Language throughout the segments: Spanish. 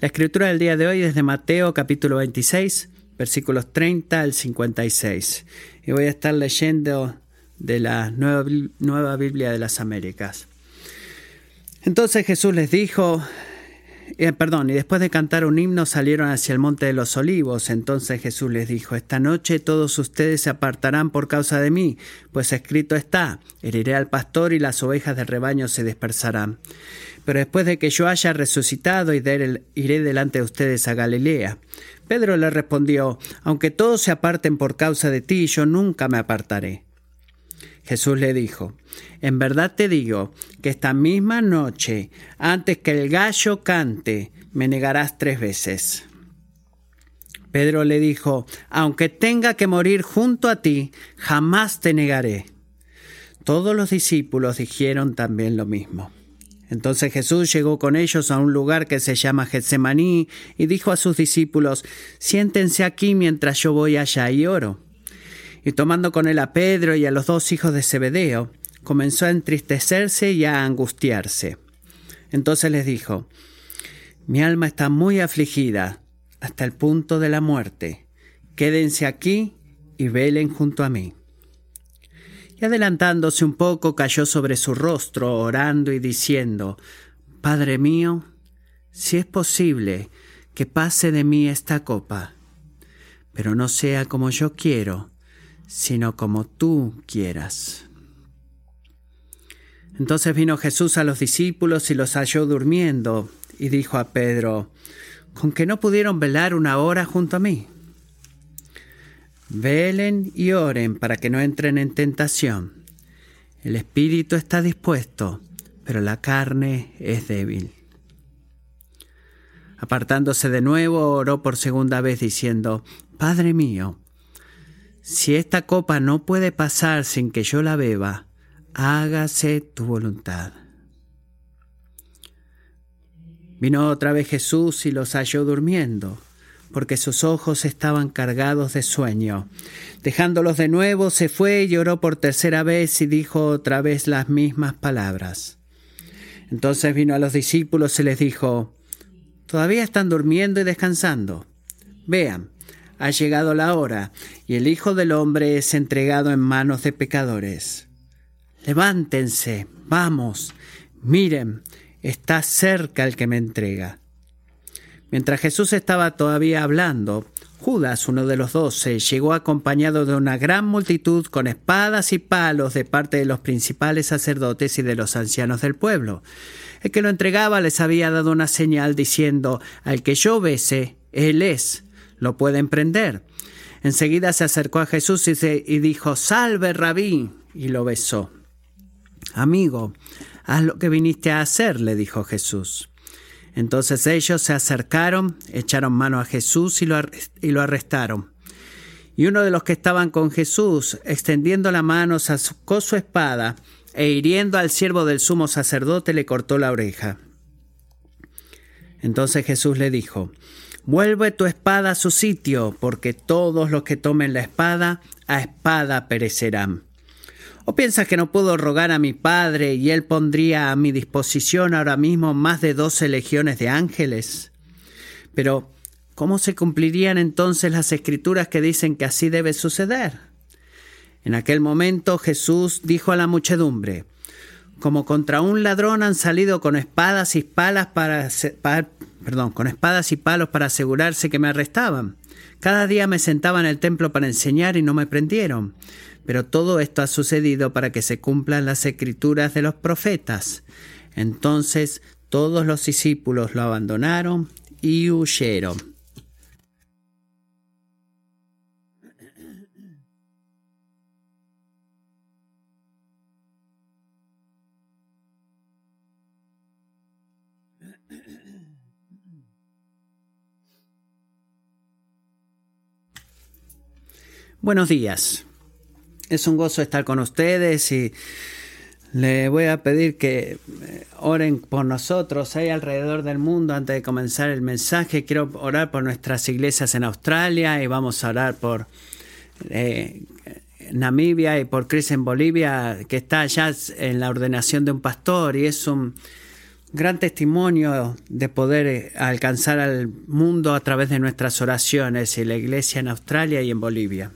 La escritura del día de hoy es de Mateo capítulo 26, versículos 30 al 56. Y voy a estar leyendo de la Nueva Biblia de las Américas. Entonces Jesús les dijo, y después de cantar un himno salieron hacia el monte de los olivos. Entonces Jesús les dijo, esta noche todos ustedes se apartarán por causa de mí, pues escrito está, heriré al pastor y las ovejas del rebaño se dispersarán. Pero después de que yo haya resucitado, iré delante de ustedes a Galilea. Pedro le respondió, aunque todos se aparten por causa de ti, yo nunca me apartaré. Jesús le dijo, en verdad te digo que esta misma noche, antes que el gallo cante, me negarás 3 veces. Pedro le dijo, aunque tenga que morir junto a ti, jamás te negaré. Todos los discípulos dijeron también lo mismo. Entonces Jesús llegó con ellos a un lugar que se llama Getsemaní y dijo a sus discípulos, siéntense aquí mientras yo voy allá y oro. Y tomando con él a Pedro y a los 2 hijos de Zebedeo, comenzó a entristecerse y a angustiarse. Entonces les dijo, mi alma está muy afligida hasta el punto de la muerte. Quédense aquí y velen junto a mí. Y adelantándose un poco, cayó sobre su rostro, orando y diciendo, Padre mío, si es posible, que pase de mí esta copa, pero no sea como yo quiero, sino como tú quieras. Entonces vino Jesús a los discípulos y los halló durmiendo, y dijo a Pedro, ¿con que no pudieron velar 1 hora junto a mí? Velen y oren para que no entren en tentación. El espíritu está dispuesto, pero la carne es débil. Apartándose de nuevo, oró por segunda vez diciendo, Padre mío, si esta copa no puede pasar sin que yo la beba, hágase tu voluntad. Vino otra vez Jesús y los halló durmiendo, porque sus ojos estaban cargados de sueño. Dejándolos de nuevo, se fue y oró por 3ª vez y dijo otra vez las mismas palabras. Entonces vino a los discípulos y les dijo, ¿todavía están durmiendo y descansando? Vean, ha llegado la hora, y el Hijo del Hombre es entregado en manos de pecadores. Levántense, vamos, miren, está cerca el que me entrega. Mientras Jesús estaba todavía hablando, Judas, uno de los 12, llegó acompañado de una gran multitud con espadas y palos de parte de los principales sacerdotes y de los ancianos del pueblo. El que lo entregaba les había dado una señal diciendo, al que yo bese, él es, lo pueden prender. Enseguida se acercó a Jesús y dijo, salve, Rabí, y lo besó. Amigo, haz lo que viniste a hacer, le dijo Jesús. Entonces ellos se acercaron, echaron mano a Jesús y lo arrestaron. Y uno de los que estaban con Jesús, extendiendo la mano, sacó su espada e hiriendo al siervo del sumo sacerdote le cortó la oreja. Entonces Jesús le dijo, vuelve tu espada a su sitio, porque todos los que tomen la espada, a espada perecerán. ¿O piensas que no puedo rogar a mi Padre y Él pondría a mi disposición ahora mismo más de 12 legiones de ángeles? Pero, ¿cómo se cumplirían entonces las Escrituras que dicen que así debe suceder? En aquel momento Jesús dijo a la muchedumbre, como contra un ladrón han salido con espadas y palos para asegurarse que me arrestaban. Cada día me sentaba en el templo para enseñar y no me prendieron. Pero todo esto ha sucedido para que se cumplan las escrituras de los profetas. Entonces todos los discípulos lo abandonaron y huyeron. Buenos días. Es un gozo estar con ustedes y le voy a pedir que oren por nosotros ahí alrededor del mundo antes de comenzar el mensaje. Quiero orar por nuestras iglesias en Australia y vamos a orar por Namibia y por Chris en Bolivia, que está allá en la ordenación de un pastor y es un gran testimonio de poder alcanzar al mundo a través de nuestras oraciones y la iglesia en Australia y en Bolivia.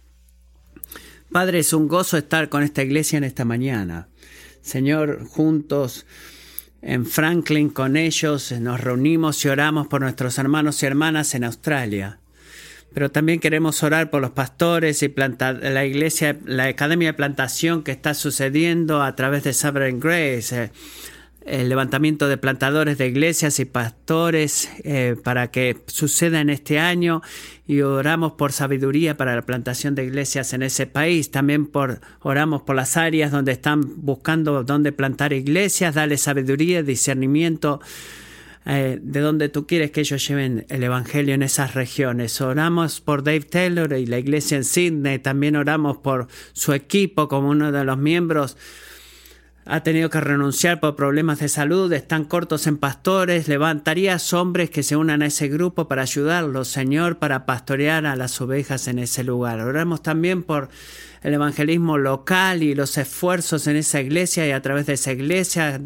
Padre, es un gozo estar con esta iglesia en esta mañana. Señor, juntos en Franklin con ellos nos reunimos y oramos por nuestros hermanos y hermanas en Australia. Pero también queremos orar por los pastores y la iglesia, la academia de plantación que está sucediendo a través de Sovereign Grace, el levantamiento de plantadores de iglesias y pastores para que suceda en este año, y oramos por sabiduría para la plantación de iglesias en ese país. También oramos por las áreas donde están buscando dónde plantar iglesias. Dale sabiduría, discernimiento de dónde tú quieres que ellos lleven el evangelio en esas regiones. Oramos por Dave Taylor y la iglesia en Sydney. También oramos por su equipo, como uno de los miembros ha tenido que renunciar por problemas de salud, están cortos en pastores. Levantarías hombres que se unan a ese grupo para ayudarlos, Señor, para pastorear a las ovejas en ese lugar. Oramos también por el evangelismo local y los esfuerzos en esa iglesia y a través de esa iglesia.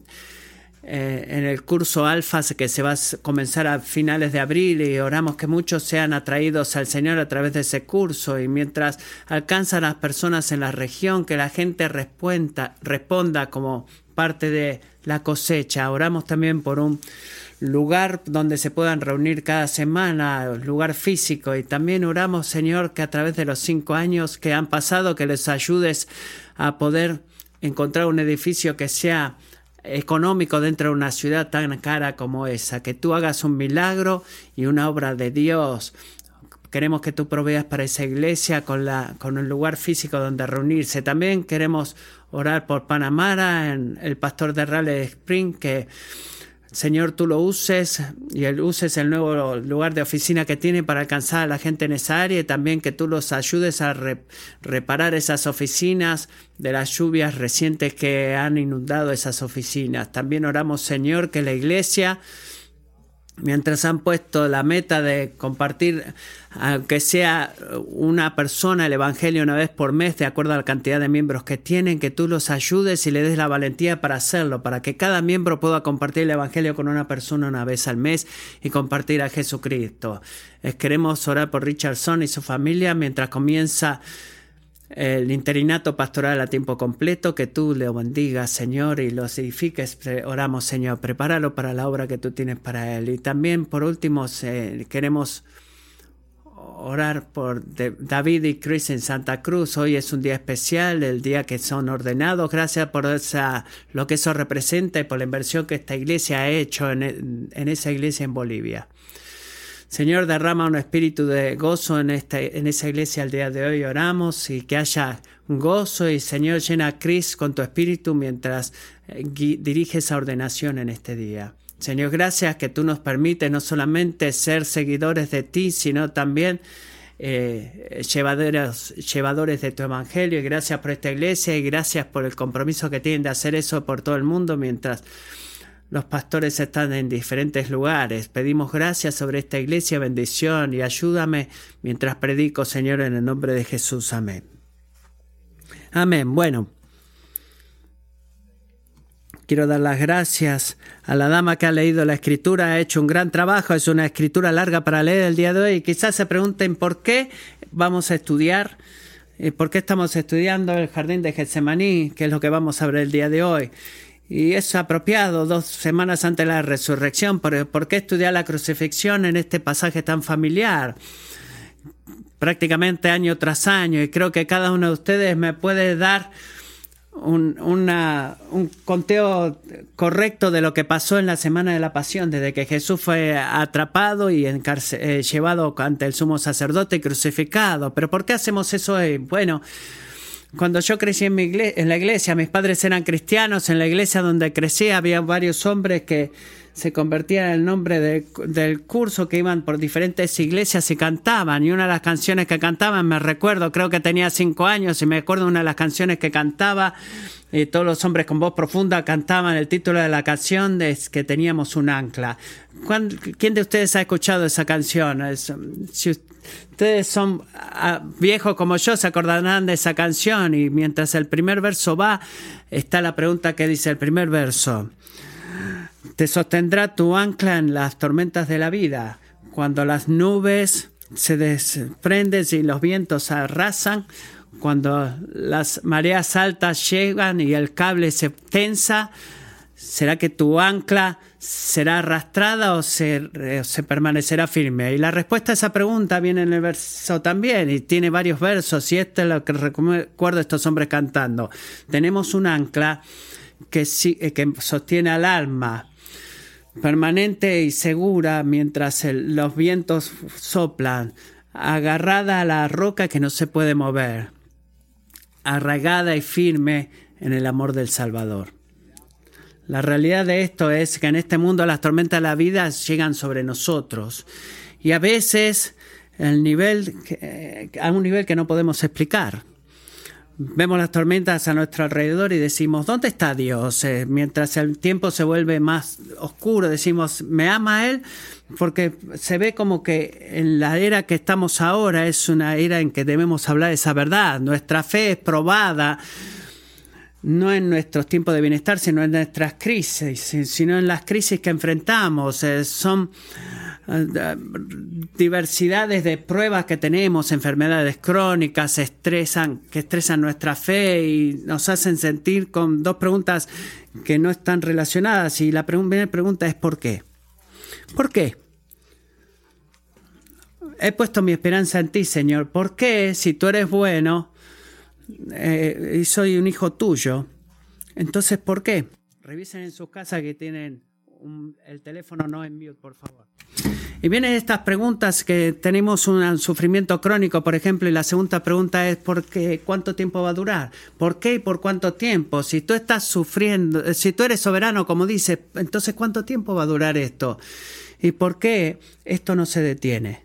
En el curso Alfa que se va a comenzar a finales de abril, y oramos que muchos sean atraídos al Señor a través de ese curso, y mientras alcanzan a las personas en la región, que la gente responda como parte de la cosecha. Oramos también por un lugar donde se puedan reunir cada semana, lugar físico, y también oramos, Señor, que a través de los 5 años que han pasado, que les ayudes a poder encontrar un edificio que sea económico dentro de una ciudad tan cara como esa, que tú hagas un milagro y una obra de Dios. Queremos que tú proveas para esa iglesia con un lugar físico donde reunirse. También queremos orar por Panamá, el pastor de Raleigh Spring, que Señor, tú lo uses y él uses el nuevo lugar de oficina que tiene para alcanzar a la gente en esa área, y también que tú los ayudes a reparar esas oficinas de las lluvias recientes que han inundado esas oficinas. También oramos, Señor, que la iglesia, mientras han puesto la meta de compartir, aunque sea una persona, el evangelio una vez por mes, de acuerdo a la cantidad de miembros que tienen, que tú los ayudes y le des la valentía para hacerlo, para que cada miembro pueda compartir el evangelio con una persona una vez al mes y compartir a Jesucristo. Queremos orar por Richardson y su familia mientras comienza el interinato pastoral a tiempo completo, que tú le bendigas, Señor, y los edifiques. Oramos, Señor, prepáralo para la obra que tú tienes para él. Y también, por último, queremos orar por David y Chris en Santa Cruz. Hoy es un día especial, el día que son ordenados. Gracias por lo que eso representa y por la inversión que esta iglesia ha hecho en esa iglesia en Bolivia. Señor, derrama un espíritu de gozo en esa iglesia el día de hoy. Oramos y que haya gozo, y Señor, llena a Chris con tu espíritu mientras dirige esa ordenación en este día. Señor, gracias que tú nos permites no solamente ser seguidores de ti, sino también llevadores de tu evangelio. Y gracias por esta iglesia, y gracias por el compromiso que tienen de hacer eso por todo el mundo mientras los pastores están en diferentes lugares. Pedimos gracias sobre esta iglesia, bendición, y ayúdame mientras predico, Señor, en el nombre de Jesús. Amén. Amén. Bueno, quiero dar las gracias a la dama que ha leído la escritura. Ha hecho un gran trabajo. Es una escritura larga para leer el día de hoy. Quizás se pregunten por qué vamos a estudiar, por qué estamos estudiando el jardín de Getsemaní, que es lo que vamos a ver el día de hoy. Y es apropiado 2 semanas antes de la resurrección. ¿Por qué estudiar la crucifixión en este pasaje tan familiar? Prácticamente año tras año. Y creo que cada uno de ustedes me puede dar un conteo correcto de lo que pasó en la semana de la pasión, desde que Jesús fue atrapado y llevado ante el sumo sacerdote y crucificado. ¿Pero por qué hacemos eso hoy? Bueno, cuando yo crecí en la iglesia, mis padres eran cristianos. En la iglesia donde crecí había varios hombres que se convertían en el nombre del curso, que iban por diferentes iglesias y cantaban. Y una de las canciones que cantaban, me recuerdo, creo que tenía 5 años, y me acuerdo una de las canciones que cantaba, y todos los hombres con voz profunda cantaban el título de la canción, es que teníamos un ancla. ¿Quién de ustedes ha escuchado esa canción? Si ustedes son viejos como yo, se acordarán de esa canción. Y mientras el primer verso va, está la pregunta que dice el primer verso. Te sostendrá tu ancla en las tormentas de la vida. Cuando las nubes se desprenden y los vientos arrasan, cuando las mareas altas llegan y el cable se tensa, ¿será que tu ancla será arrastrada o se permanecerá firme? Y la respuesta a esa pregunta viene en el verso también, y tiene varios versos, y esto es lo que recuerdo a estos hombres cantando. Tenemos un ancla que sostiene al alma, permanente y segura mientras los vientos soplan, agarrada a la roca que no se puede mover, arraigada y firme en el amor del Salvador. La realidad de esto es que en este mundo las tormentas de la vida llegan sobre nosotros y a veces a un nivel que no podemos explicar. Vemos las tormentas a nuestro alrededor y decimos, ¿dónde está Dios? Mientras el tiempo se vuelve más oscuro, decimos, ¿me ama Él? Porque se ve como que en la era que estamos ahora es una era en que debemos hablar esa verdad. Nuestra fe es probada, no en nuestros tiempos de bienestar, sino en nuestras crisis, sino en las crisis que enfrentamos. Son diversidades de pruebas que tenemos, enfermedades crónicas, que estresan nuestra fe y nos hacen sentir con dos preguntas que no están relacionadas. Y la primera pregunta es ¿por qué? ¿Por qué? He puesto mi esperanza en ti, Señor. ¿Por qué, si tú eres bueno y soy un hijo tuyo? Entonces, ¿por qué? Revisen en sus casas que tienen el teléfono no en mute, por favor. Y vienen estas preguntas que tenemos un sufrimiento crónico, por ejemplo, y la segunda pregunta es ¿por qué? ¿Cuánto tiempo va a durar? ¿Por qué y por cuánto tiempo? Si tú estás sufriendo, si tú eres soberano, como dice, entonces ¿cuánto tiempo va a durar esto? ¿Y por qué esto no se detiene?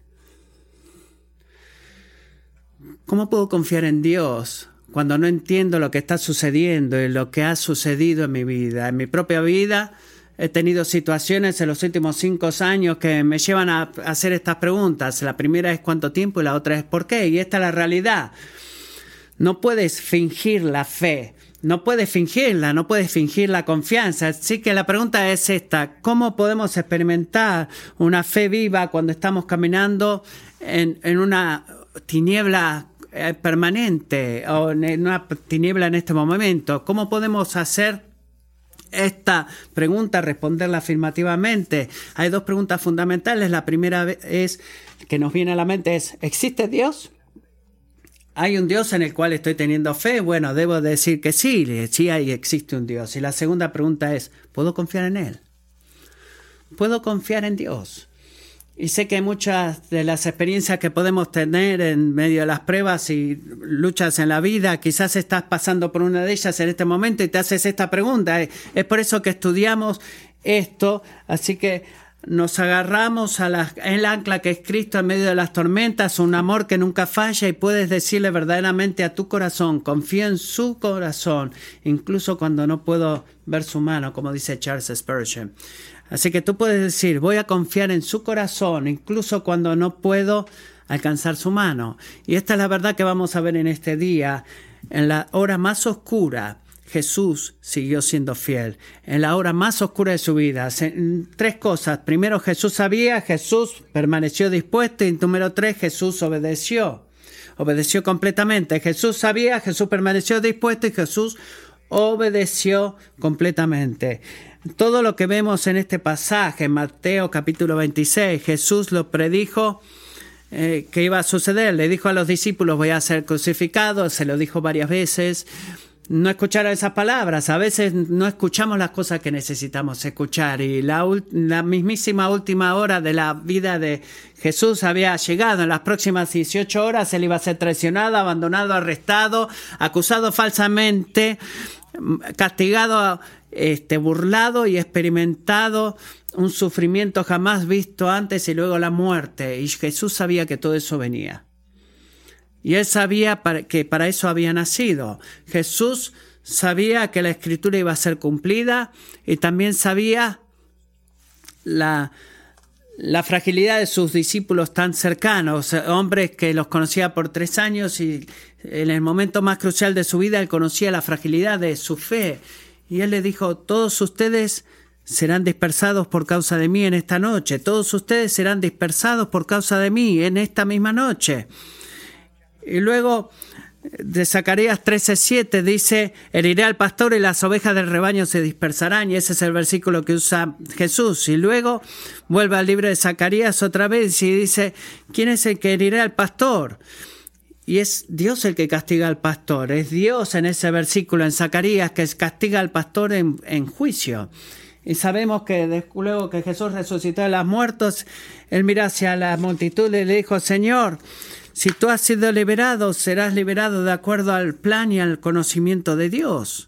¿Cómo puedo confiar en Dios cuando no entiendo lo que está sucediendo y lo que ha sucedido en mi vida? En mi propia vida he tenido situaciones en los últimos 5 años que me llevan a hacer estas preguntas. La primera es ¿cuánto tiempo? Y la otra es ¿por qué? Y esta es la realidad. No puedes fingir la fe. No puedes fingirla, no puedes fingir la confianza. Así que la pregunta es esta: ¿cómo podemos experimentar una fe viva cuando estamos caminando en una tiniebla permanente o en una tiniebla en este momento? ¿Cómo podemos hacer esta pregunta, responderla afirmativamente? Hay dos preguntas fundamentales. La primera es que nos viene a la mente es ¿existe Dios? ¿Hay un Dios en el cual estoy teniendo fe? Bueno, debo decir que sí existe un Dios. Y la segunda pregunta es ¿puedo confiar en Él? ¿Puedo confiar en Dios? Y sé que muchas de las experiencias que podemos tener en medio de las pruebas y luchas en la vida, quizás estás pasando por una de ellas en este momento y te haces esta pregunta. Es por eso que estudiamos esto, así que nos agarramos el ancla que es Cristo en medio de las tormentas, un amor que nunca falla, y puedes decirle verdaderamente a tu corazón, confío en su corazón, incluso cuando no puedo ver su mano, como dice Charles Spurgeon. Así que tú puedes decir, voy a confiar en su corazón, incluso cuando no puedo alcanzar su mano. Y esta es la verdad que vamos a ver en este día. En la hora más oscura, Jesús siguió siendo fiel. En la hora más oscura de su vida. 3 cosas. Primero, Jesús sabía, Jesús permaneció dispuesto. Y número 3, Jesús obedeció. Obedeció completamente. Jesús sabía, Jesús permaneció dispuesto y Jesús obedeció completamente. Todo lo que vemos en este pasaje, en Mateo capítulo 26, Jesús lo predijo que iba a suceder. Le dijo a los discípulos, voy a ser crucificado, se lo dijo varias veces. No escucharon esas palabras. A veces no escuchamos las cosas que necesitamos escuchar. Y la mismísima última hora de la vida de Jesús había llegado. En las próximas 18 horas él iba a ser traicionado, abandonado, arrestado, acusado falsamente, castigado, burlado y experimentado un sufrimiento jamás visto antes y luego la muerte. Y Jesús sabía que todo eso venía. Y él sabía que para eso había nacido. Jesús sabía que la Escritura iba a ser cumplida y también sabía la fragilidad de sus discípulos tan cercanos, hombres que los conocía por 3 años y en el momento más crucial de su vida él conocía la fragilidad de su fe. Y él le dijo, todos ustedes serán dispersados por causa de mí en esta noche. Todos ustedes serán dispersados por causa de mí en esta misma noche. Y luego de Zacarías 13:7 dice, heriré al pastor y las ovejas del rebaño se dispersarán. Y ese es el versículo que usa Jesús. Y luego vuelve al libro de Zacarías otra vez y dice, ¿quién es el que herirá al pastor? Y es Dios el que castiga al pastor. Es Dios en ese versículo en Zacarías que castiga al pastor en juicio. Y sabemos que luego que Jesús resucitó de los muertos, Él miró hacia la multitud y le dijo, Señor, si tú has sido liberado, serás liberado de acuerdo al plan y al conocimiento de Dios.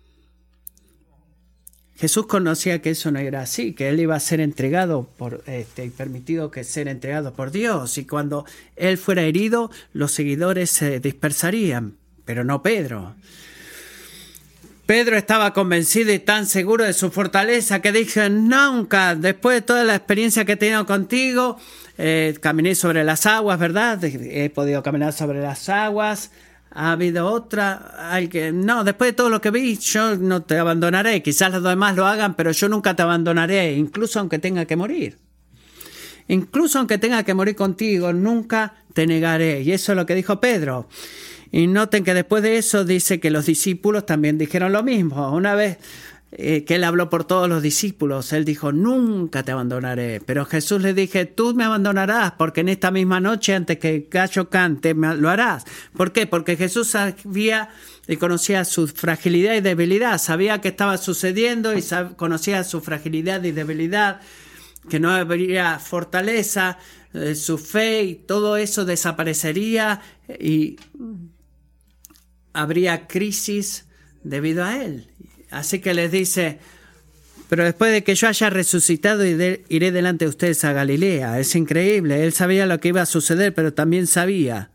Jesús conocía que eso no era así, que Él iba a ser entregado y permitido que ser entregado por Dios. Y cuando Él fuera herido, los seguidores se dispersarían, pero no Pedro. Pedro estaba convencido y tan seguro de su fortaleza que dijo, nunca, después de toda la experiencia que he tenido contigo, caminé sobre las aguas, ¿verdad? He podido caminar sobre las aguas. ¿Ha habido otra? No, después de todo lo que vi, yo no te abandonaré. Quizás los demás lo hagan, pero yo nunca te abandonaré, incluso aunque tenga que morir. Incluso aunque tenga que morir contigo, nunca te negaré. Y eso es lo que dijo Pedro. Y noten que después de eso dice que los discípulos también dijeron lo mismo. Una vez que Él habló por todos los discípulos, Él dijo, nunca te abandonaré. Pero Jesús le dije, tú me abandonarás, porque en esta misma noche, antes que el gallo cante, lo harás. ¿Por qué? Porque Jesús sabía y conocía su fragilidad y debilidad. Sabía que estaba sucediendo y conocía su fragilidad y debilidad, que no habría fortaleza, su fe y todo eso desaparecería y habría crisis debido a Él. Así que les dice, pero después de que yo haya resucitado, iré delante de ustedes a Galilea. Es increíble. Él sabía lo que iba a suceder, pero también sabía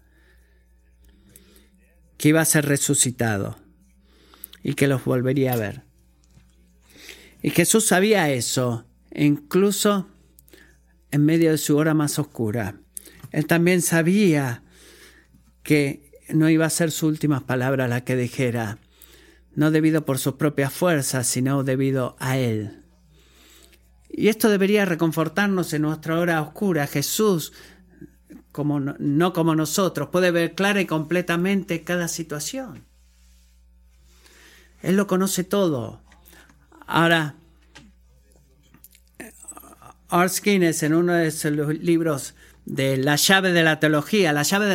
que iba a ser resucitado y que los volvería a ver. Y Jesús sabía eso, incluso en medio de su hora más oscura. Él también sabía que no iba a ser sus últimas palabras las que dijera, no debido por sus propias fuerzas, sino debido a Él. Y esto debería reconfortarnos en nuestra hora oscura. Jesús, no como nosotros, puede ver clara y completamente cada situación. Él lo conoce todo. Ahora, Art Guinness, en uno de sus libros de La llave de la teología,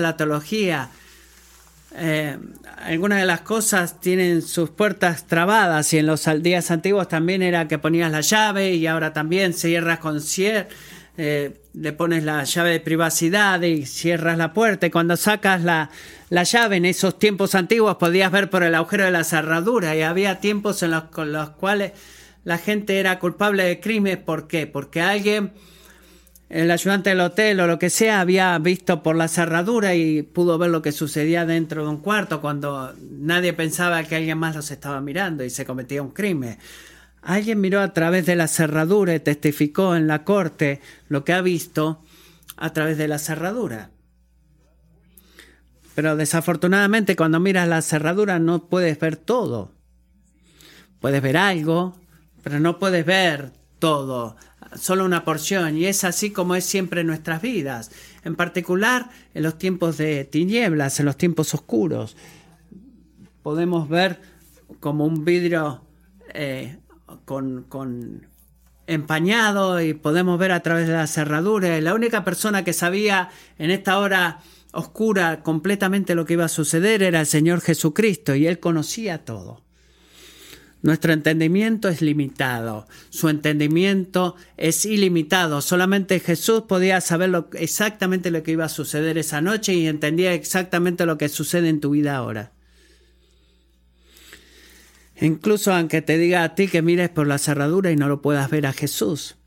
algunas de las cosas tienen sus puertas trabadas y en los días antiguos también era que ponías la llave y ahora también cierras con le pones la llave de privacidad y cierras la puerta y cuando sacas la llave en esos tiempos antiguos podías ver por el agujero de la cerradura y había tiempos con los cuales la gente era culpable de crimen. ¿Por qué? Porque alguien, el ayudante del hotel o lo que sea, había visto por la cerradura y pudo ver lo que sucedía dentro de un cuarto cuando nadie pensaba que alguien más los estaba mirando y se cometía un crimen. Alguien miró a través de la cerradura y testificó en la corte lo que ha visto a través de la cerradura. Pero desafortunadamente cuando miras la cerradura no puedes ver todo. Puedes ver algo, pero no puedes ver todo. Solo una porción, y es así como es siempre en nuestras vidas, en particular en los tiempos de tinieblas, en los tiempos oscuros. Podemos ver como un vidrio con empañado y podemos ver a través de la cerradura. Y la única persona que sabía en esta hora oscura completamente lo que iba a suceder era el Señor Jesucristo, y Él conocía todo. Nuestro entendimiento es limitado, su entendimiento es ilimitado. Solamente Jesús podía saber exactamente lo que iba a suceder esa noche y entendía exactamente lo que sucede en tu vida ahora. Incluso aunque te diga a ti que mires por la cerradura y no lo puedas ver a Jesús,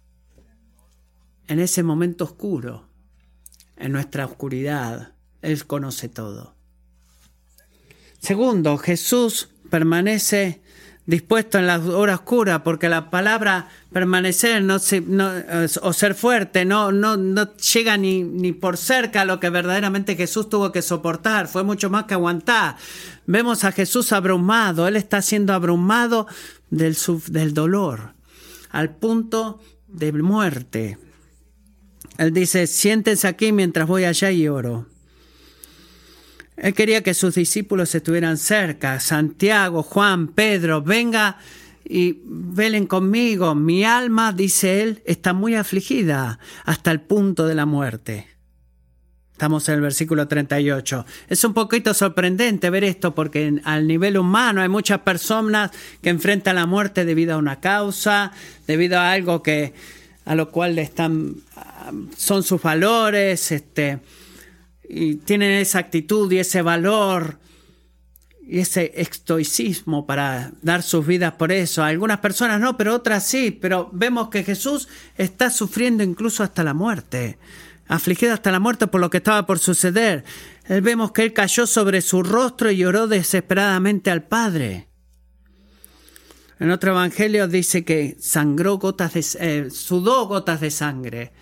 en ese momento oscuro, en nuestra oscuridad, Él conoce todo. Segundo, Jesús permanece dispuesto en la hora oscura, porque la palabra permanecer o ser fuerte no llega ni por cerca a lo que verdaderamente Jesús tuvo que soportar. Fue mucho más que aguantar. Vemos a Jesús abrumado. Él está siendo abrumado del dolor. al punto de muerte. Él dice, siéntense aquí mientras voy allá y oro. Él quería que sus discípulos estuvieran cerca. Santiago, Juan, Pedro, venga y velen conmigo. Mi alma, dice él, está muy afligida hasta el punto de la muerte. Estamos en el versículo 38. Es un poquito sorprendente ver esto porque al nivel humano hay muchas personas que enfrentan la muerte debido a una causa, debido a algo a lo cual son sus valores, y tienen esa actitud y ese valor y ese estoicismo para dar sus vidas por eso. Algunas personas no, pero otras sí. Pero vemos que Jesús está sufriendo incluso hasta la muerte, afligido hasta la muerte por lo que estaba por suceder. Vemos que él cayó sobre su rostro y lloró desesperadamente al Padre. En otro evangelio dice que sudó gotas de sangre.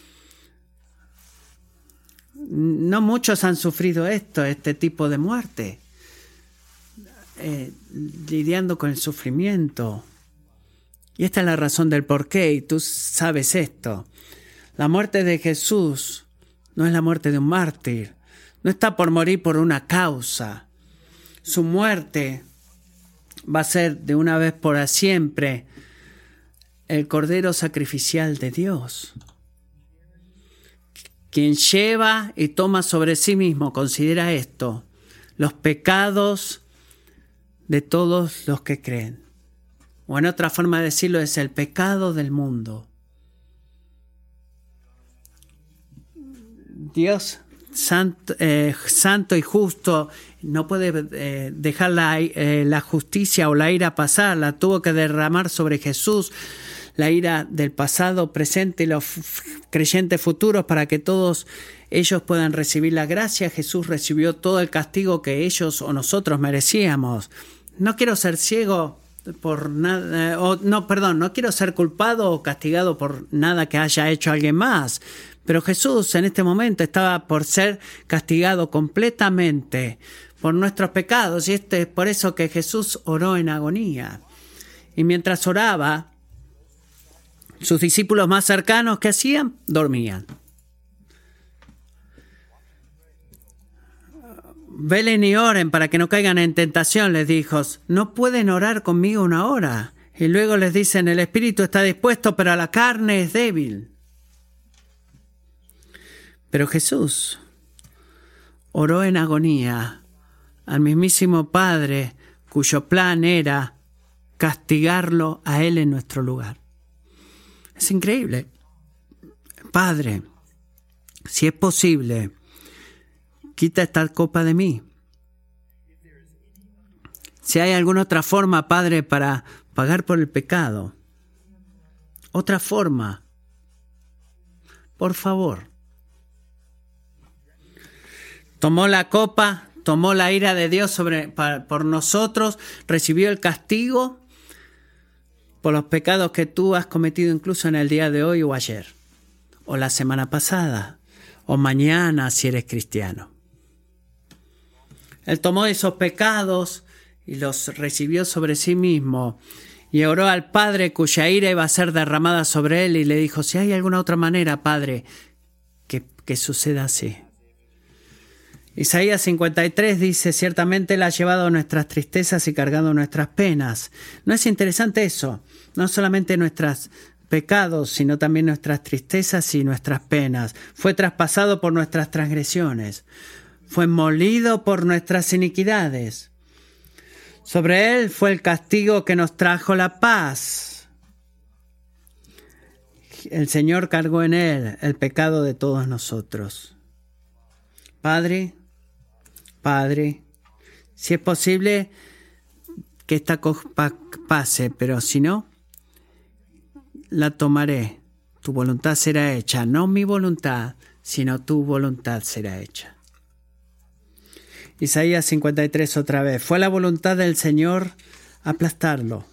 No muchos han sufrido este tipo de muerte, lidiando con el sufrimiento. Y esta es la razón del porqué, y tú sabes esto. La muerte de Jesús no es la muerte de un mártir, no está por morir por una causa. Su muerte va a ser de una vez por siempre el Cordero sacrificial de Dios, quien lleva y toma sobre sí mismo, considera esto, los pecados de todos los que creen. O en otra forma de decirlo, es el pecado del mundo. Dios santo y justo no puede dejar la justicia o la ira pasar, la tuvo que derramar sobre Jesús, la ira del pasado, presente y los creyentes futuros para que todos ellos puedan recibir la gracia. Jesús recibió todo el castigo que ellos o nosotros merecíamos. No quiero ser ciego por nada, no quiero ser culpado o castigado por nada que haya hecho alguien más. Pero Jesús en este momento estaba por ser castigado completamente por nuestros pecados, y es por eso que Jesús oró en agonía. Y mientras oraba, sus discípulos más cercanos, ¿qué hacían? Dormían. Velen y oren para que no caigan en tentación, les dijo. No pueden orar conmigo una hora. Y luego les dicen, el espíritu está dispuesto, pero la carne es débil. Pero Jesús oró en agonía al mismísimo Padre, cuyo plan era castigarlo a Él en nuestro lugar. Es increíble. Padre, si es posible, quita esta copa de mí. Si hay alguna otra forma, Padre, para pagar por el pecado, otra forma, por favor. Tomó la copa, tomó la ira de Dios por nosotros, recibió el castigo por los pecados que tú has cometido incluso en el día de hoy o ayer, o la semana pasada, o mañana si eres cristiano. Él tomó esos pecados y los recibió sobre sí mismo y oró al Padre cuya ira iba a ser derramada sobre él y le dijo, si hay alguna otra manera, Padre, que suceda así. Isaías 53 dice, ciertamente Él ha llevado nuestras tristezas y cargado nuestras penas. ¿No es interesante eso? No solamente nuestros pecados, sino también nuestras tristezas y nuestras penas. Fue traspasado por nuestras transgresiones. Fue molido por nuestras iniquidades. Sobre Él fue el castigo que nos trajo la paz. El Señor cargó en Él el pecado de todos nosotros. Padre, si es posible que esta copa pase, pero si no, la tomaré. Tu voluntad será hecha, no mi voluntad, sino tu voluntad será hecha. Isaías 53 otra vez. Fue la voluntad del Señor aplastarlo.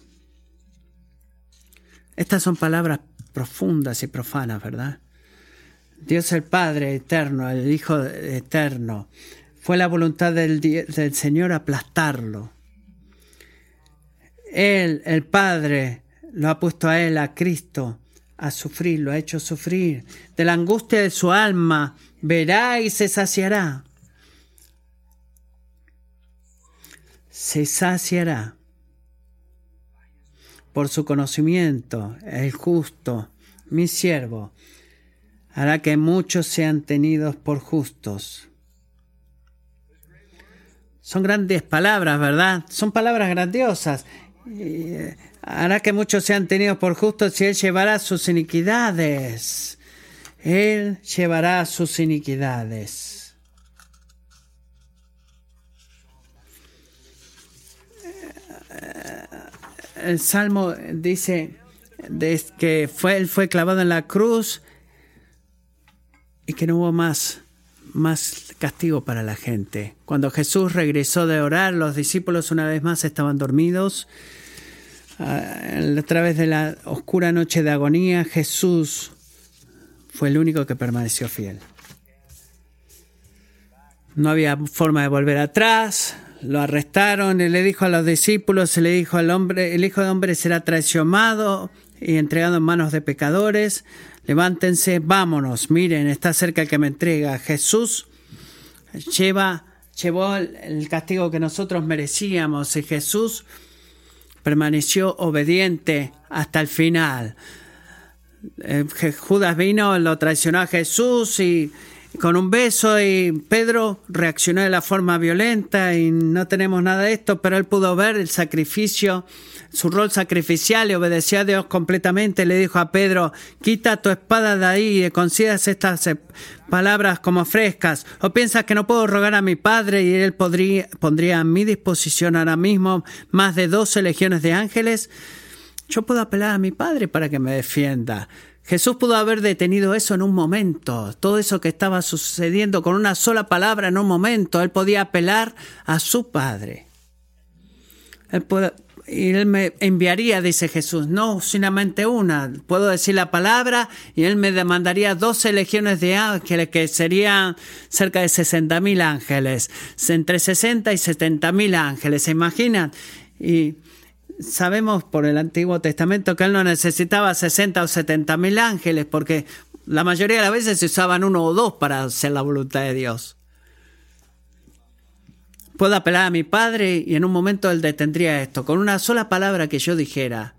Estas son palabras profundas y profanas, ¿verdad? Dios el Padre eterno, el Hijo eterno. Fue la voluntad del Señor aplastarlo. Él, el Padre, lo ha puesto a Él, a Cristo, a sufrir, lo ha hecho sufrir. De la angustia de su alma verá y se saciará. Se saciará por su conocimiento, el justo, mi siervo, hará que muchos sean tenidos por justos. Son grandes palabras, ¿verdad? Son palabras grandiosas. Hará que muchos sean tenidos por justos y Él llevará sus iniquidades. Él llevará sus iniquidades. El Salmo dice que Él fue clavado en la cruz y que no hubo más castigo para la gente. Cuando Jesús regresó de orar, los discípulos una vez más estaban dormidos. A través de la oscura noche de agonía, Jesús fue el único que permaneció fiel. No había forma de volver atrás. Lo arrestaron y le dijo a los discípulos, se le dijo al hombre, el Hijo del Hombre será traicionado y entregado en manos de pecadores. Levántense, vámonos, miren, está cerca el que me entrega. Jesús llevó el castigo que nosotros merecíamos y Jesús permaneció obediente hasta el final. Judas vino, lo traicionó a Jesús y con un beso, y Pedro reaccionó de la forma violenta y no tenemos nada de esto, pero él pudo ver el sacrificio, su rol sacrificial, y obedeció a Dios completamente. Le dijo a Pedro: quita tu espada de ahí y consideras estas palabras como frescas. ¿O piensas que no puedo rogar a mi Padre y Él pondría a mi disposición ahora mismo más de 12 legiones de ángeles? Yo puedo apelar a mi Padre para que me defienda. Jesús pudo haber detenido eso en un momento, todo eso que estaba sucediendo con una sola palabra en un momento. Él podía apelar a su Padre. Y Él me enviaría, dice Jesús, no solamente una. Puedo decir la palabra y Él me demandaría 12 legiones de ángeles, que serían cerca de 60.000 ángeles. Entre 60 y 70.000 ángeles, ¿se imaginan? Y sabemos por el Antiguo Testamento que Él no necesitaba 60 o 70.000 ángeles, porque la mayoría de las veces se usaban 1 o 2 para hacer la voluntad de Dios. Puedo apelar a mi Padre y en un momento Él detendría esto, con una sola palabra que yo dijera.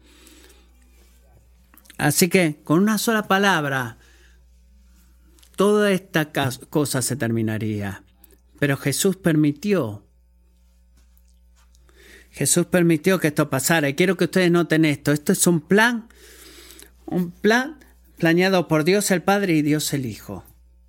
Así que con una sola palabra toda esta cosa se terminaría. Pero Jesús permitió que esto pasara. Y quiero que ustedes noten esto. Esto es un plan planeado por Dios el Padre y Dios el Hijo.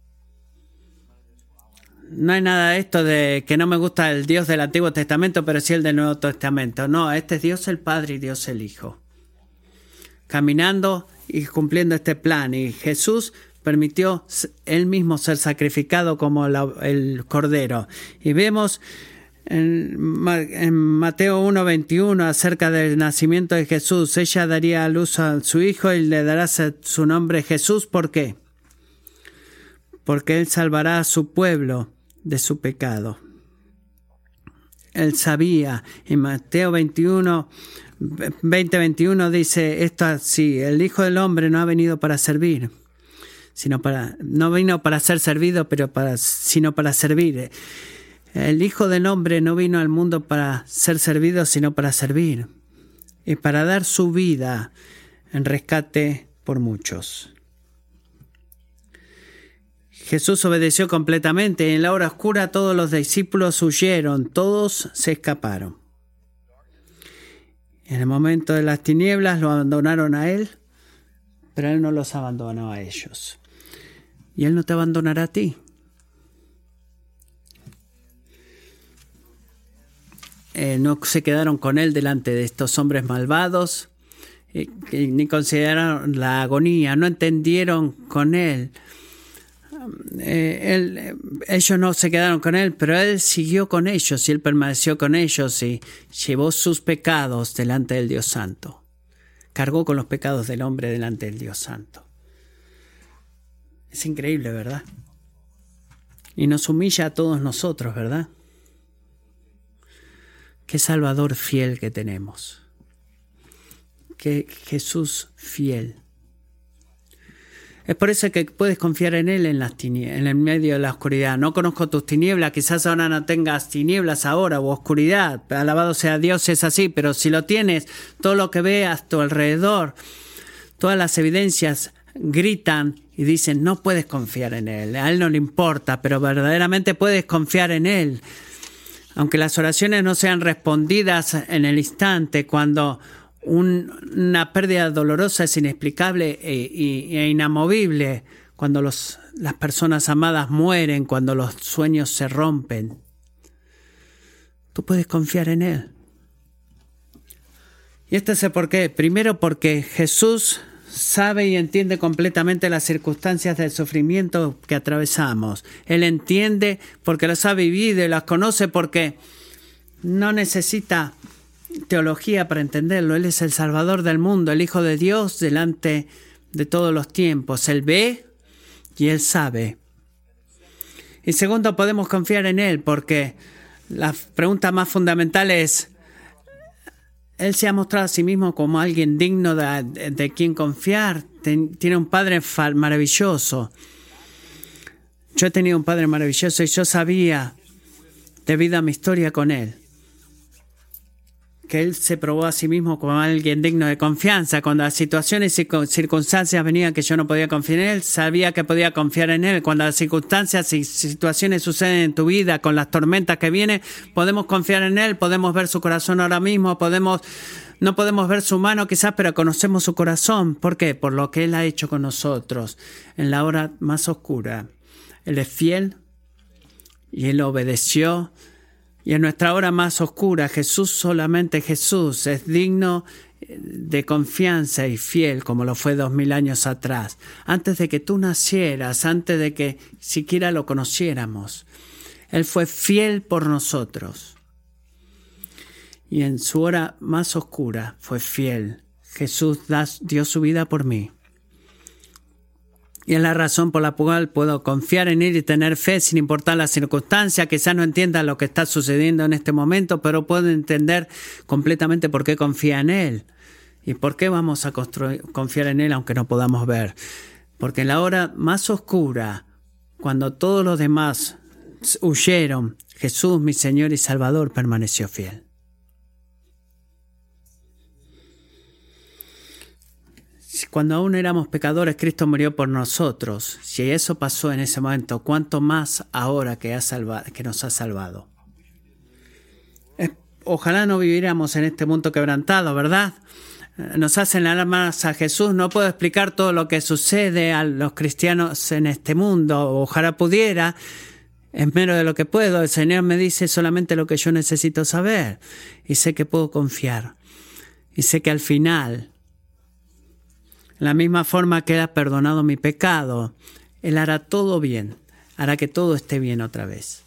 No hay nada de esto de que no me gusta el Dios del Antiguo Testamento, pero sí el del Nuevo Testamento. No, este es Dios el Padre y Dios el Hijo, caminando y cumpliendo este plan. Y Jesús permitió Él mismo ser sacrificado como el Cordero. Y vemos en Mateo 1:21 acerca del nacimiento de Jesús. Ella daría a luz a su hijo y le dará su nombre Jesús. ¿Por qué? Porque Él salvará a su pueblo de su pecado. Él sabía. En Mateo 20:21 dice esto así: el Hijo del Hombre no ha venido para servir, no vino para ser servido, sino para servir. El Hijo del Hombre no vino al mundo para ser servido, sino para servir y para dar su vida en rescate por muchos. Jesús obedeció completamente y en la hora oscura todos los discípulos huyeron, todos se escaparon. En el momento de las tinieblas lo abandonaron a Él, pero Él no los abandonó a ellos. Y Él no te abandonará a ti. No se quedaron con Él delante de estos hombres malvados, ni consideraron la agonía, no entendieron con Él. Ellos no se quedaron con Él, pero Él siguió con ellos y Él permaneció con ellos y llevó sus pecados delante del Dios Santo. Cargó con los pecados del hombre delante del Dios Santo. Es increíble, ¿verdad? Y nos humilla a todos nosotros, ¿verdad? Qué Salvador fiel que tenemos. que Jesús fiel. Es por eso que puedes confiar en Él en el medio de la oscuridad. No conozco tus tinieblas, quizás ahora no tengas tinieblas ahora o oscuridad. Alabado sea Dios, es así, pero si lo tienes, todo lo que veas a tu alrededor, todas las evidencias gritan y dicen, no puedes confiar en Él. A Él no le importa, pero verdaderamente puedes confiar en Él. Aunque las oraciones no sean respondidas en el instante, cuando una pérdida dolorosa es inexplicable e inamovible, cuando las personas amadas mueren, cuando los sueños se rompen, tú puedes confiar en Él. Y este es el porqué. Primero, porque Jesús sabe y entiende completamente las circunstancias del sufrimiento que atravesamos. Él entiende porque los ha vivido y las conoce, porque no necesita teología para entenderlo. Él es el Salvador del mundo, el Hijo de Dios delante de todos los tiempos. Él ve y Él sabe. Y segundo, podemos confiar en Él porque la pregunta más fundamental es, Él se ha mostrado a sí mismo como alguien digno de quien confiar. Tiene un Padre maravilloso. Yo he tenido un Padre maravilloso y yo sabía, debido a mi historia con Él, que Él se probó a sí mismo como alguien digno de confianza. Cuando las situaciones y circunstancias venían que yo no podía confiar en Él, sabía que podía confiar en Él. Cuando las circunstancias y situaciones suceden en tu vida, con las tormentas que vienen, podemos confiar en Él, podemos ver su corazón ahora mismo, no podemos ver su mano quizás, pero conocemos su corazón. ¿Por qué? Por lo que Él ha hecho con nosotros en la hora más oscura. Él es fiel y Él obedeció. Y en nuestra hora más oscura, Jesús, solamente Jesús, es digno de confianza y fiel como lo fue 2000 años atrás. Antes de que tú nacieras, antes de que siquiera lo conociéramos, Él fue fiel por nosotros. Y en su hora más oscura fue fiel. Jesús dio su vida por mí. Y es la razón por la cual puedo confiar en Él y tener fe sin importar las circunstancias. Quizás no entienda lo que está sucediendo en este momento, pero puedo entender completamente por qué confía en Él. Y por qué vamos a confiar en Él aunque no podamos ver. Porque en la hora más oscura, cuando todos los demás huyeron, Jesús, mi Señor y Salvador, permaneció fiel. Cuando aún éramos pecadores, Cristo murió por nosotros. Si eso pasó en ese momento, ¿cuánto más ahora que nos ha salvado? Ojalá no viviéramos en este mundo quebrantado, ¿verdad? Nos hacen las armas a Jesús. No puedo explicar todo lo que sucede a los cristianos en este mundo. Ojalá pudiera. Es menos de lo que puedo. El Señor me dice solamente lo que yo necesito saber. Y sé que puedo confiar. Y sé que al final, la misma forma que Él ha perdonado mi pecado, Él hará todo bien, hará que todo esté bien otra vez.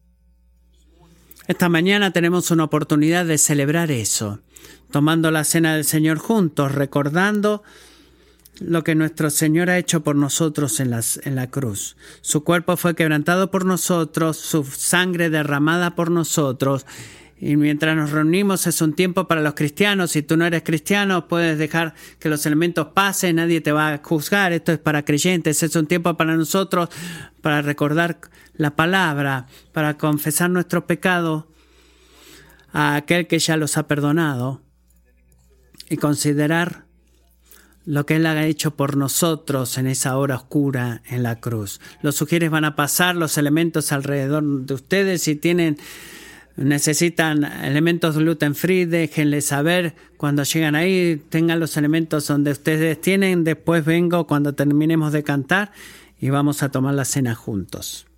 Esta mañana tenemos una oportunidad de celebrar eso, tomando la cena del Señor juntos, recordando lo que nuestro Señor ha hecho por nosotros en la cruz. Su cuerpo fue quebrantado por nosotros, su sangre derramada por nosotros. Y mientras nos reunimos es un tiempo para los cristianos. Si tú no eres cristiano, puedes dejar que los elementos pasen, nadie te va a juzgar. Esto es para creyentes, es un tiempo para nosotros, para recordar la palabra, para confesar nuestros pecados a aquel que ya los ha perdonado y considerar lo que Él ha hecho por nosotros en esa hora oscura en la cruz. Los sugieres van a pasar los elementos alrededor de ustedes. Si necesitan elementos gluten free, déjenles saber cuando llegan ahí, tengan los elementos donde ustedes tienen. Después vengo cuando terminemos de cantar y vamos a tomar la cena juntos.